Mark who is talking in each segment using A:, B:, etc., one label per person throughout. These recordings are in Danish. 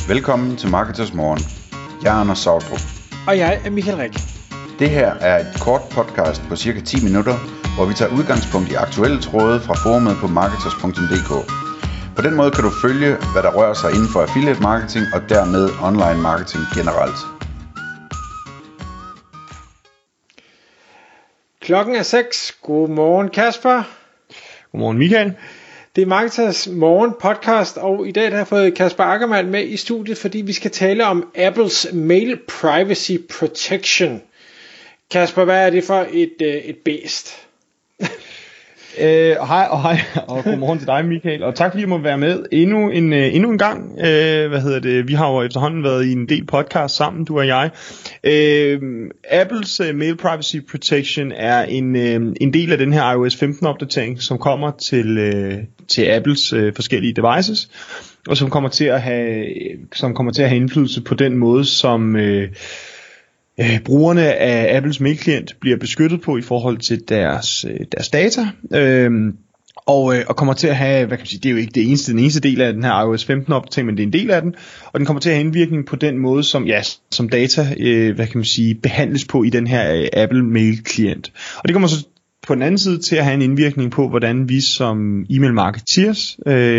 A: Velkommen til Marketers Morgen. Jeg er Anders Sautrup.
B: Og jeg er Michael Rik.
A: Det her er et kort podcast på cirka 10 minutter, hvor vi tager udgangspunkt i aktuelle tråde fra forumet på marketers.dk. På den måde kan du følge, hvad der rører sig inden for affiliate marketing og dermed online marketing generelt.
B: Klokken er 6. Godmorgen Kasper.
C: Godmorgen Michael.
B: Det er Marketers Morgen podcast, og i dag har jeg fået Kasper Ackermann med i studiet, fordi vi skal tale om Apples Mail Privacy Protection. Kasper, hvad er det for et bæst?
C: Hej og godmorgen til dig Michael, og tak fordi jeg må være med endnu en gang. Vi har jo efterhånden været i en del podcast sammen, du og jeg. Apples Mail Privacy Protection er en del af den her iOS 15 opdatering, som kommer til Apples forskellige devices, og som kommer til at have indflydelse på den måde, som brugerne af Apples mailklient bliver beskyttet på i forhold til deres data, og kommer til at have, hvad kan man sige, det er jo ikke den eneste del af den her iOS 15 opdatering, men det er en del af den, og den kommer til at have indvirkning på den måde, som data, hvad kan man sige, behandles på i den her Apple mailklient. Og det kommer så på den anden side til at have en indvirkning på, hvordan vi som e-mail marketeers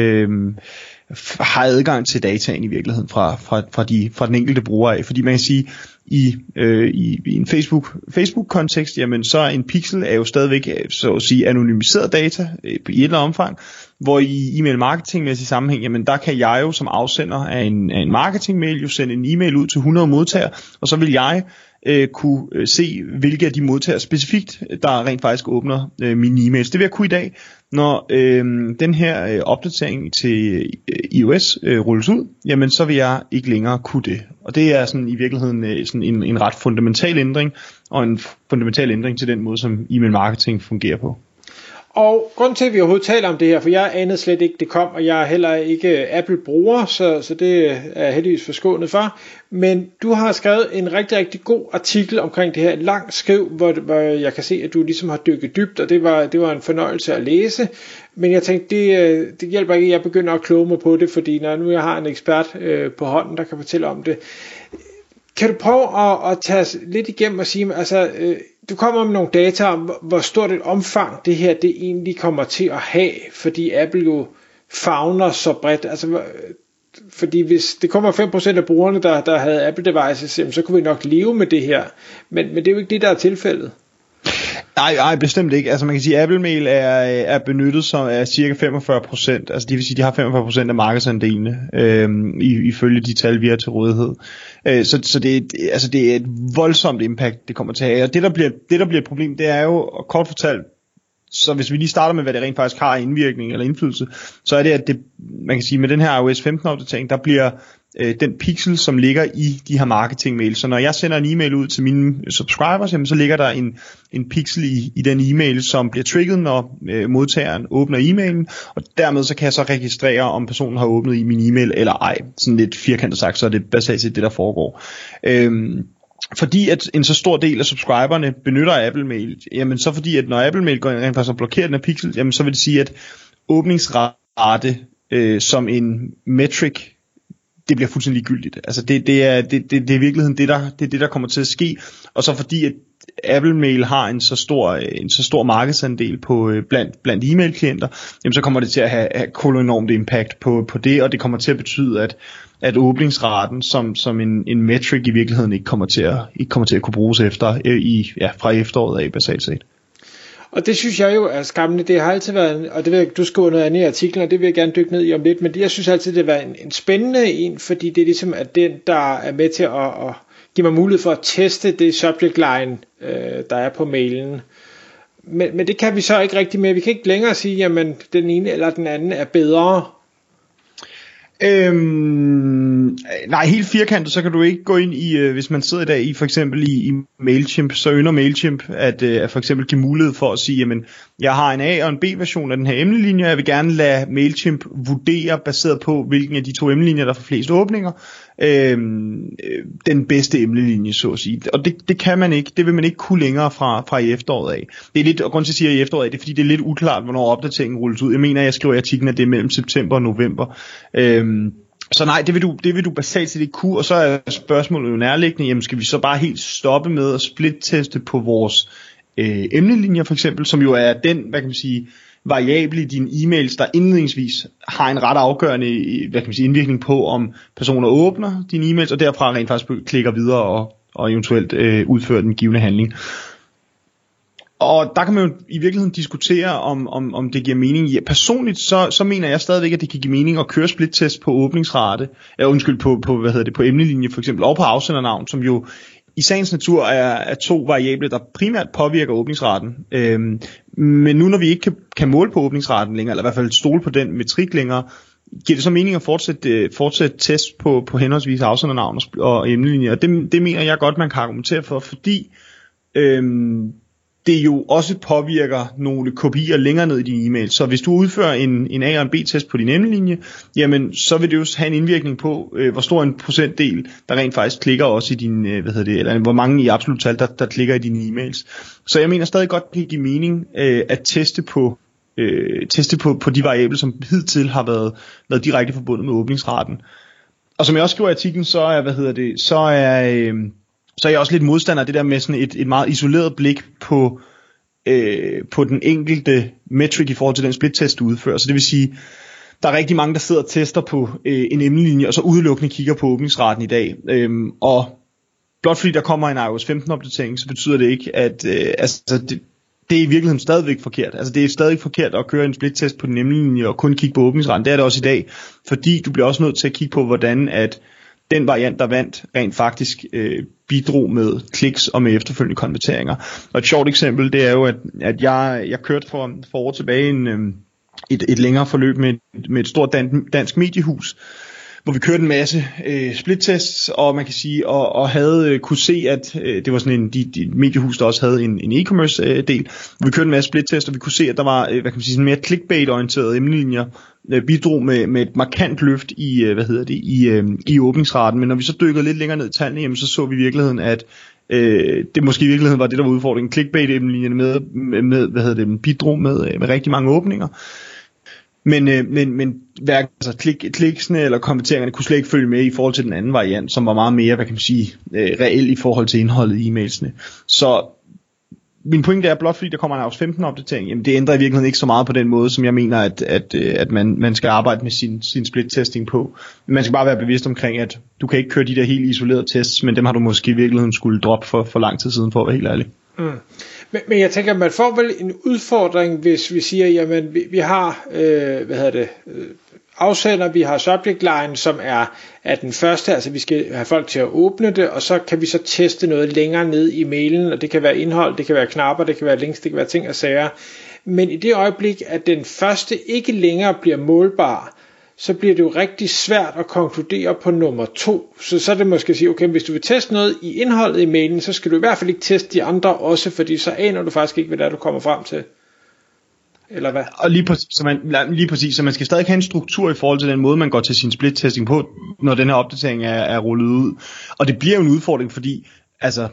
C: har adgang til dataen i virkeligheden fra den enkelte bruger af, fordi man kan sige, i en Facebook-kontekst, jamen så en pixel er jo stadigvæk, så at sige, anonymiseret data i et eller andet omfang, hvor i e-mail marketingmæssig sammenhæng, jamen der kan jeg jo som afsender af en marketingmail jo sende en e-mail ud til 100 modtagere, og så vil jeg kunne se, hvilke af de modtagere specifikt, der rent faktisk åbner mine e-mails. Det vil jeg kunne i dag, når den her opdatering til iOS rulles ud, jamen så vil jeg ikke længere kunne det. Og det er sådan i virkeligheden sådan en ret fundamental ændring, og en fundamental ændring til den måde, som e-mail marketing fungerer på.
B: Og grund til, at vi overhovedet taler om det her, for jeg anede slet ikke, det kom, og jeg er heller ikke Apple-bruger, så det er jeg heldigvis forskånet for. Men du har skrevet en rigtig, rigtig god artikel omkring det her, et langt skriv, hvor jeg kan se, at du ligesom har dykket dybt, og det var en fornøjelse at læse. Men jeg tænkte, det hjælper ikke, at jeg begynder at kloge mig på det, fordi når nu jeg har en ekspert på hånden, der kan fortælle om det. Kan du prøve at tage lidt igennem og sige, altså, du kommer med nogle data om, hvor stort et omfang det her det egentlig kommer til at have, fordi Apple jo favner så bredt. Altså, fordi hvis det kommer 5% af brugerne, der havde Apple devices, så kunne vi nok leve med det her. Men det er jo ikke det, der er tilfældet.
C: Nej, bestemt ikke. Altså man kan sige, at Apple Mail er benyttet som af cirka 45%. Altså det vil sige, at de har 45% af markedsandelene, ifølge de tal, vi har til rådighed. Så det er et voldsomt impact, det kommer til at have. Og det der bliver et problem, det er jo, og kort fortalt, så hvis vi lige starter med, hvad det rent faktisk har indvirkning eller indflydelse, så er det, at man kan sige, med den her iOS 15 opdatering, der bliver den pixel, som ligger i de her marketing-mails. Så når jeg sender en e-mail ud til mine subscribers, jamen, så ligger der en pixel i den e-mail, som bliver trigget, når modtageren åbner e-mailen, og dermed så kan jeg så registrere, om personen har åbnet i min e-mail eller ej. Sådan lidt firkantet sagt, så er det basalt set det, der foregår. Fordi at en så stor del af subscriberne benytter Apple Mail, jamen så fordi at når Apple Mail går ind rent faktisk og blokerer den her pixel, jamen så vil det sige, at åbningsrate som en metric, det bliver fuldstændig ligegyldigt. Altså det er i virkeligheden det der kommer til at ske, og så fordi at Apple Mail har en så stor markedsandel på blandt e-mail klienter, jamen så kommer det til at have kolonormt impact på det, og det kommer til at betyde at åbningsraten som en metric i virkeligheden ikke kommer til at kunne bruges fra efteråret af basalt set.
B: Og det synes jeg jo er skræmmende. Det har altid været, og det vil du skriver noget andet i artiklen, og det vil jeg gerne dykke ned i om lidt, men jeg synes altid, det har været en spændende en, fordi det er ligesom at den, der er med til at give mig mulighed for at teste det subject line, der er på mailen. Men det kan vi så ikke rigtig mere. Vi kan ikke længere sige, jamen den ene eller den anden er bedre.
C: Nej, helt firkantet, så kan du ikke gå ind i, hvis man sidder i dag i for eksempel i Mailchimp, så ynder Mailchimp at for eksempel give mulighed for at sige, jamen jeg har en A og en B version af den her emnelinje, og jeg vil gerne lade Mailchimp vurdere baseret på hvilken af de to emnelinjer der får flest åbninger, den bedste emnelinje så at sige. Og det kan man ikke, det vil man ikke kunne længere fra i efteråret af. Det er lidt, og grund til at sige i efteråret af, det er fordi det er lidt uklart hvornår opdateringen rulles ud. Jeg mener, jeg skriver i artiklen, at det er mellem september og november. Så nej, det vil du basalt set ikke kunne, og så er spørgsmålet jo nærliggende, jamen skal vi så bare helt stoppe med at splitteste på vores emnelinjer for eksempel, som jo er den, hvad kan man sige, variable i dine e-mails, der indledningsvis har en ret afgørende, hvad kan man sige, indvirkning på, om personer åbner dine e-mails, og derfra rent faktisk klikker videre og eventuelt udfører den givne handling. Og der kan man jo i virkeligheden diskutere, om det giver mening. Ja, personligt så mener jeg stadigvæk, at det kan give mening at køre splittest på åbningsrate, på emnelinje for eksempel, og på afsendernavn, som jo i sagens natur er to variable, der primært påvirker åbningsraten. Men nu når vi ikke kan måle på åbningsraten længere, eller i hvert fald stole på den metrik længere, giver det så mening at fortsætte test på henholdsvis afsendernavn og emnelinje. Og det mener jeg godt, man kan argumentere for, fordi det jo også påvirker nogle kopier længere ned i din e-mail. Så hvis du udfører en A- og en B-test på din emnelinje, jamen så vil det jo have en indvirkning på, hvor stor en procentdel, der rent faktisk klikker også i din, eller hvor mange i absolut tal, der klikker i dine e-mails. Så jeg mener stadig godt, det kan give mening at teste på de variable, som hidtil har været direkte forbundet med åbningsraten. Og som jeg også skriver i artiklen, så er jeg også lidt modstander af det der med sådan et meget isoleret blik på den enkelte metric i forhold til den splittest, du udfører. Så det vil sige, der er rigtig mange, der sidder og tester på en emnelinje, og så udelukkende kigger på åbningsraten i dag. Og blot fordi der kommer en iOS 15 opdatering, så betyder det ikke, at det er i virkeligheden stadigvæk forkert. Altså det er stadig forkert at køre en splittest på den emnelinje og kun kigge på åbningsraten. Det er det også i dag, fordi du bliver også nødt til at kigge på, hvordan at den variant, der vandt, rent faktisk bidrog med kliks og med efterfølgende konverteringer. Og et sjovt eksempel, det er jo, at jeg kørte for år tilbage et længere forløb med et stort dansk mediehus, hvor vi kørte en masse splittests, og man kan sige, og havde kunne se, at det var sådan de mediehus, der også havde en e-commerce del, hvor vi kørte en masse splittests, og vi kunne se, at der var, hvad kan man sige, sådan mere clickbait-orienterede emnelinjer, bidrog med et markant løft i åbningsraten. Men når vi så dykkede lidt længere ned i tallene, jamen, så vi i virkeligheden, at det måske i virkeligheden var det, der var udfordringen. Clickbait-emnelinjerne med bidrog med rigtig mange åbninger. Men hverken kliksene eller kommenteringerne kunne slet ikke følge med i forhold til den anden variant, som var meget mere, hvad kan man sige, reel i forhold til indholdet i e-mailsene. Så min pointe er, blot fordi der kommer en iOS 15 opdatering, jamen det ændrer i virkeligheden ikke så meget på den måde, som jeg mener, at man skal arbejde med sin split-testing på. Man skal bare være bevidst omkring, at du kan ikke køre de der helt isolerede tests, men dem har du måske i virkeligheden skulle droppe for lang tid siden, for at være helt ærlig.
B: Mm. Men jeg tænker, at man får vel en udfordring, hvis vi siger, jamen vi har, afsender, vi har subject line, som er den første, altså vi skal have folk til at åbne det, og så kan vi så teste noget længere ned i mailen, og det kan være indhold, det kan være knapper, det kan være links, det kan være ting og sager. Men i det øjeblik, at den første ikke længere bliver målbar, så bliver det jo rigtig svært at konkludere på nummer 2. Så er det måske at sige, okay, hvis du vil teste noget i indholdet i mailen, så skal du i hvert fald ikke teste de andre også, fordi så aner du faktisk ikke, hvad det er, du kommer frem til. Eller hvad?
C: Og lige præcis, så man skal stadig have en struktur i forhold til den måde, man går til sin split-testing på, når den her opdatering er rullet ud. Og det bliver jo en udfordring, fordi altså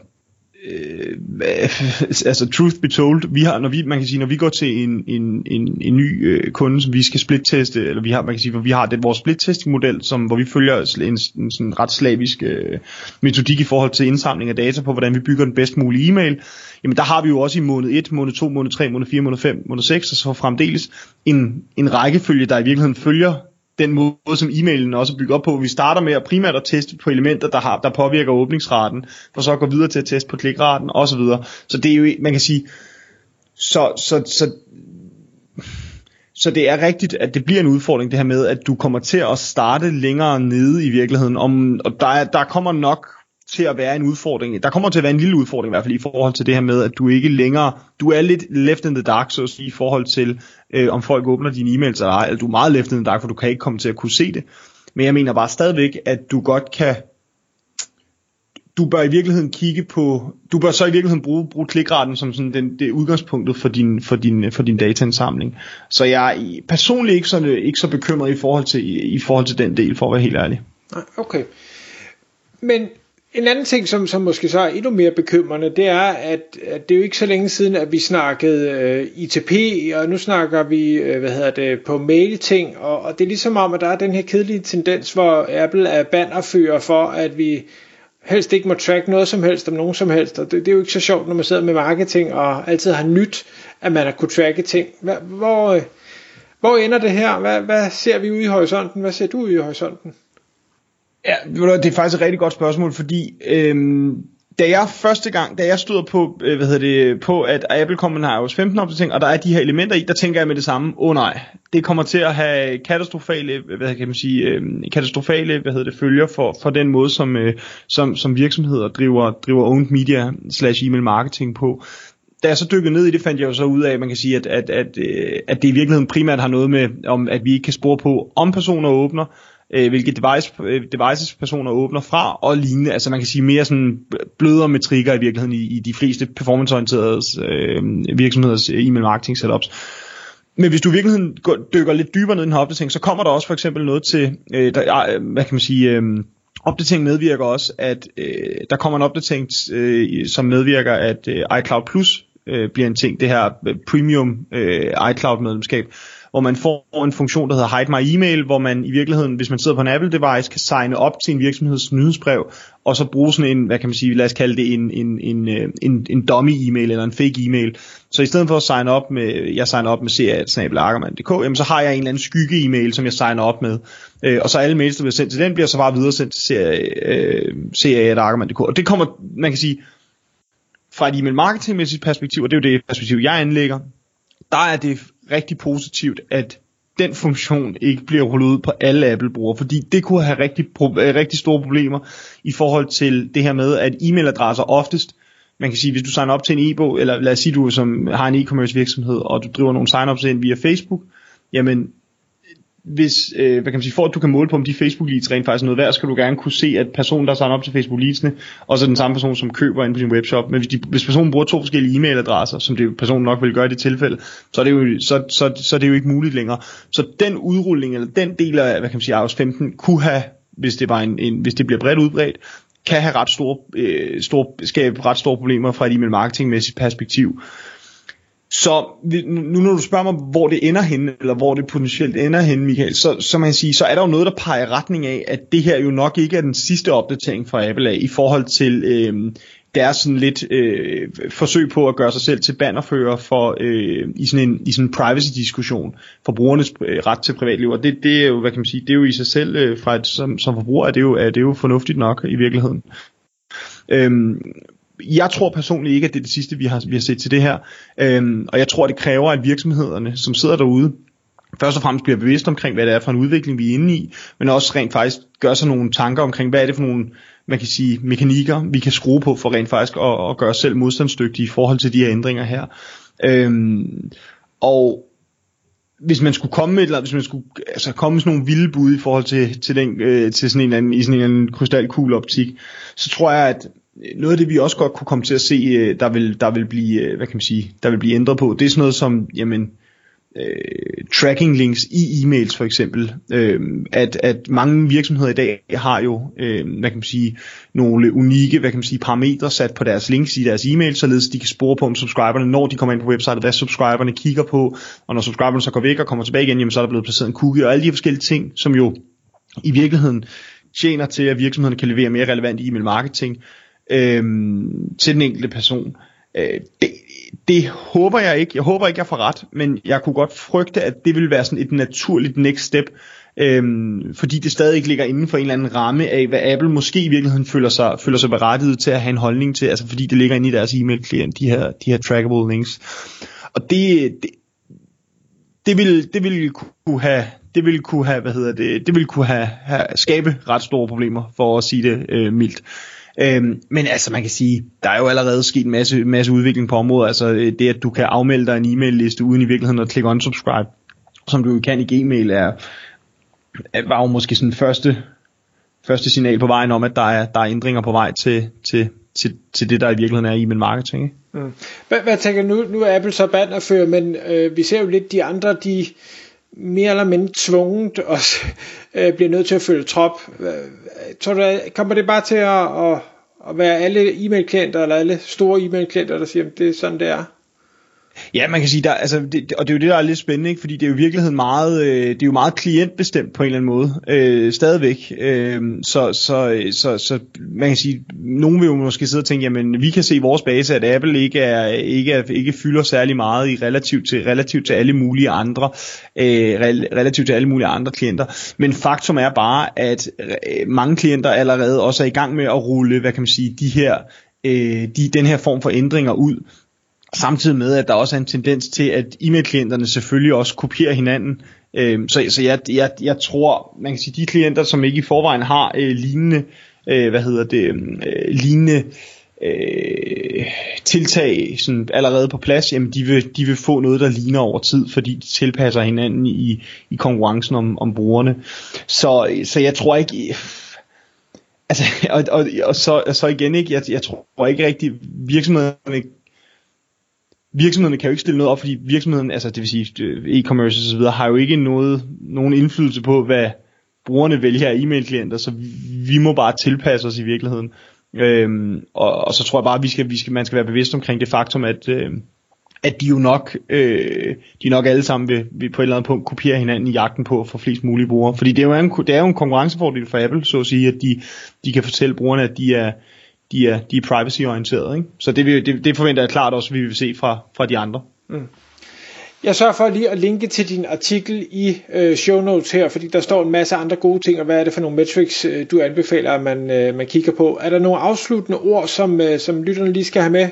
C: truth be told, når vi går til en ny kunde, som vi skal splitteste, eller hvor vi har vores splittesting model, hvor vi følger en sådan ret slavisk metodik i forhold til indsamling af data på, hvordan vi bygger den bedst mulige e-mail. Jamen der har vi jo også i måned 1, måned 2, måned 3, måned 4, måned 5, måned 6 og så fremdeles en rækkefølge, der i virkeligheden følger den måde, som e-mailen også er bygget op på. Vi starter med at primært at teste på elementer, der påvirker åbningsraten, for så at gå videre til at teste på klikraten osv. Så det er jo, man kan sige, så det er rigtigt, at det bliver en udfordring, det her med, at du kommer til at starte længere nede i virkeligheden, og der kommer nok til at være en udfordring. Der kommer til at være en lille udfordring i hvert fald i forhold til det her med, at du ikke længere, du er lidt left in the dark, så at sige, i forhold til, om folk åbner dine e-mails eller ej. Du er meget left in the dark, for du kan ikke komme til at kunne se det. Men jeg mener bare stadigvæk, at du godt kan, du bør i virkeligheden bruge klikraten som sådan det udgangspunktet for din dataindsamling. Så jeg er personligt ikke så bekymret i forhold til den del, for at være helt ærlig.
B: Okay. Men En anden ting, som måske så er endnu mere bekymrende, det er, at det er jo ikke så længe siden, at vi snakkede ITP, og nu snakker vi, på mail-ting, og det er ligesom om, at der er den her kedelige tendens, hvor Apple er bannerfører for, at vi helst ikke må track noget som helst om nogen som helst, og det er jo ikke så sjovt, når man sidder med marketing og altid har nyt, at man har kunne tracke ting. Hvor ender det her? Hvad ser vi ude i horisonten? Hvad ser du ude i horisonten?
C: Ja, det er faktisk et rigtig godt spørgsmål, fordi da jeg støder på, på at Apple kommer med en iOS 15 opdatering, og der er de her elementer i, der tænker jeg med det samme, nej, det kommer til at have katastrofale følger for den måde, som virksomheder driver owned media / email marketing på. Da jeg så dykkede ned i det, fandt jeg jo så ud af, at man kan sige, at det i virkeligheden primært har noget med, at vi ikke kan spore på, om personer åbner, hvilke devices personer åbner fra og lignende. Altså man kan sige mere sådan blødere metrikker i virkeligheden i de fleste performanceorienterede virksomheders e-mail marketing setups. Men hvis du i virkeligheden dykker lidt dybere ned i den her opdatering, så kommer der også for eksempel noget til, opdateringen medvirker også, at der kommer en opdatering, som medvirker, at iCloud Plus bliver en ting, det her premium iCloud medlemskab, hvor man får en funktion, der hedder Hide My Email, hvor man i virkeligheden, hvis man sidder på en Apple device, kan signe op til en virksomheds nyhedsbrev, og så bruge sådan en, lad os kalde det en dummy e-mail eller en fake e-mail. Så i stedet for at signe op med CA@ackermann.dk, jamen så har jeg en eller anden skygge e-mail, som jeg signer op med. Og så alle mails, der bliver sendt til den, bliver så bare videre sendt til CA@ackermann.dk. Og det kommer, man kan sige, fra et e-mail marketingmæssigt perspektiv, og det er jo det perspektiv, jeg anlægger, der er det rigtig positivt, at den funktion ikke bliver rullet ud på alle Apple-brugere, fordi det kunne have rigtig store problemer i forhold til det her med, at e-mailadresser oftest, man kan sige, hvis du signer op til en e-bog, eller lad os sige, du som har en e-commerce virksomhed, og du driver nogle sign-ups ind via Facebook, jamen hvis, for at du kan måle på, om de Facebook leads rent faktisk er noget værd, skal du gerne kunne se, at personen, der signer op til Facebook leadsene, også er den samme person, som køber ind på sin webshop. Men hvis personen bruger 2 forskellige e-mailadresser, som det personen nok vil gøre i det tilfælde, så er det jo ikke muligt længere. Så den udrulling, eller den del af, iOS 15, kunne have, hvis det var hvis det bliver bredt udbredt, kan have skabe ret store problemer fra et e-mail marketingmæssigt perspektiv. Så nu når du spørger mig, hvor det ender henne, eller hvor det potentielt ender henne, Michael, så man kan sige, så er der jo noget, der peger i retning af, at det her jo nok ikke er den sidste opdatering fra Apple af, i forhold til deres sådan lidt forsøg på at gøre sig selv til bannerfører for i sådan en privacy-diskussion for brugernes ret til privatliv. Og det er jo, det er jo i sig selv som forbruger, er det jo fornuftigt nok i virkeligheden. Jeg tror personligt ikke, at det er det sidste, vi har set til det her. Og jeg tror, det kræver, at virksomhederne, som sidder derude, først og fremmest bliver bevidst omkring, hvad det er for en udvikling, vi er inde i, men også rent faktisk gør sig nogle tanker omkring, hvad er det for nogle, man kan sige, mekanikker, vi kan skrue på for rent faktisk at gøre os selv modstandsdygtige i forhold til de her ændringer her. Og hvis man skulle komme med komme med sådan nogle vilde bud i forhold til sådan en eller anden krystalkugle-optik, så tror jeg, at noget af det, vi også godt kunne komme til at se, der vil blive ændret på, det er sådan noget som, tracking links i e-mails for eksempel. At mange virksomheder i dag har jo, nogle unikke, parametre sat på deres links i deres e-mail, således de kan spore på, om subscriberne, når de kommer ind på websitet, hvad subscriberne kigger på, og når subscriberne så går væk og kommer tilbage igen, jamen så er der blevet placeret en cookie, og alle de her forskellige ting, som jo i virkeligheden tjener til, at virksomhederne kan levere mere relevant e-mail marketing til den enkelte person. Det håber jeg ikke. Jeg håber ikke, jeg får ret, men jeg kunne godt frygte, at det vil være sådan et naturligt next step, fordi det stadig ikke ligger inden for en eller anden ramme af, hvad Apple måske i virkeligheden føler sig berettiget til at have en holdning til, altså fordi det ligger inde i deres e-mail-klient, de her trackable links. Og det vil kunne have skabe ret store problemer, for at sige det mildt. Men altså man kan sige, der er jo allerede sket en masse udvikling på området. Altså det at du kan afmelde dig en e-mail liste uden i virkeligheden at klikke unsubscribe, som du kan i Gmail, var jo måske sådan første signal på vejen om, at der er ændringer på vej til det, der i virkeligheden er e-mail marketing, ikke?
B: Mm. Hvad tænker du nu er Apple så bannerfører, men vi ser jo lidt de andre, de mere eller mindre tvunget også bliver nødt til at følge trop. Tror du, kommer det bare til at være alle e-mail-klienter, eller alle store e-mail-klienter, der siger, at det er sådan, det er?
C: Ja, man kan sige, og det er jo det, der er lidt spændende, ikke? Fordi det er jo i virkeligheden meget, det er jo meget klientbestemt på en eller anden måde, stadigvæk. Så man kan sige, nogen vil jo måske sidde og tænke, jamen vi kan se i vores base, at Apple ikke fylder særlig meget i relativt til alle mulige andre, relativt til alle mulige andre klienter. Men faktum er bare, at mange klienter allerede også er i gang med at rulle, hvad kan man sige, den her form for ændringer ud. Samtidig med, at der også er en tendens til, at e-mail-klienterne selvfølgelig også kopierer hinanden. Så jeg tror, man kan sige, de klienter, som ikke i forvejen har lignende tiltag sådan allerede på plads, jamen de vil få noget, der ligner over tid, fordi de tilpasser hinanden i konkurrencen om brugerne. Så jeg tror ikke... Altså, og så igen ikke, jeg tror ikke rigtig, virksomhederne kan jo ikke stille noget op, fordi virksomheden, altså det vil sige e-commerce og så videre, har jo ikke nogen indflydelse på, hvad brugerne vælger af e-mail-klienter, så vi må bare tilpasse os i virkeligheden. Og så tror jeg bare, at man skal være bevidst omkring det faktum, at de jo nok, alle sammen vil på et eller andet punkt kopiere hinanden i jagten på at få flest mulige brugere. Fordi det er jo en konkurrencefordel for Apple, så at sige, at de kan fortælle brugerne, at de er privacy-orienterede, ikke? Så det forventer jeg klart også, at vi vil se fra de andre. Mm.
B: Jeg sørger for lige at linke til din artikel i show notes her, fordi der står en masse andre gode ting, og hvad er det for nogle metrics, du anbefaler, at man kigger på. Er der nogle afsluttende ord, som lytterne lige skal have med?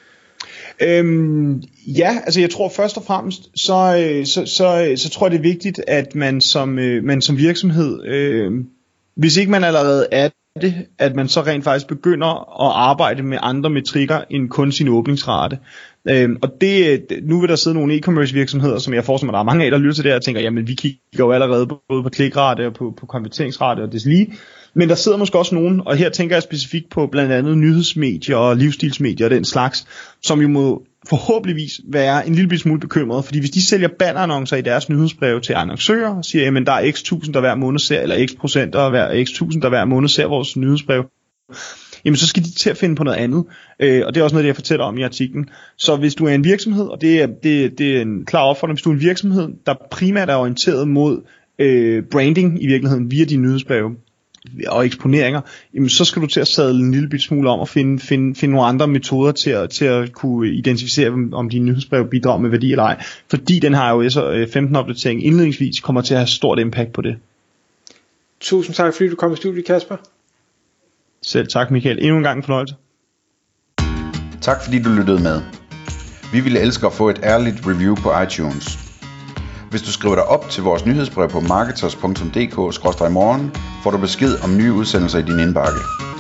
C: Ja, altså jeg tror først og fremmest, så tror jeg det er vigtigt, at man som virksomhed, hvis ikke man allerede er det, at man så rent faktisk begynder at arbejde med andre metrikker end kun sin åbningsrate. Og nu vil der sidde nogle e-commerce virksomheder, som jeg forestiller mig, der er mange af, der lytter til det og tænker, jamen vi kigger jo allerede både på klikrate og på konverteringsrate og deslige. Men der sidder måske også nogen, og her tænker jeg specifikt på blandt andet nyhedsmedier og livsstilsmedier og den slags, som jo må forhåbentligvis være en lille smule bekymret, fordi hvis de sælger bannerannoncer i deres nyhedsbreve til annoncører og siger, jamen der er x tusind, der hver måned ser, eller x procent, der x tusind, der hver måned ser vores nyhedsbrev, jamen så skal de til at finde på noget andet, og det er også noget, jeg fortæller om i artiklen. Så hvis du er en virksomhed, og det er en klar opfordring, hvis du er en virksomhed, der primært er orienteret mod branding i virkeligheden via dine nyhedsbreve og eksponeringer, jamen så skal du til at sadle en lille smule om og finde nogle andre metoder til at kunne identificere, om dine nyhedsbreve bidrager med værdi eller ej. Fordi den her iOS 15 opdatering indledningsvis kommer til at have stort impact på det.
B: Tusind tak, fordi du kom i studiet, Kasper.
C: Selv tak, Michael. Endnu en gang en fornøjelse.
A: Tak fordi du lyttede med. Vi ville elske at få et ærligt review på iTunes. Hvis du skriver dig op til vores nyhedsbrev på marketers.dk/morgen, får du besked om nye udsendelser i din indbakke.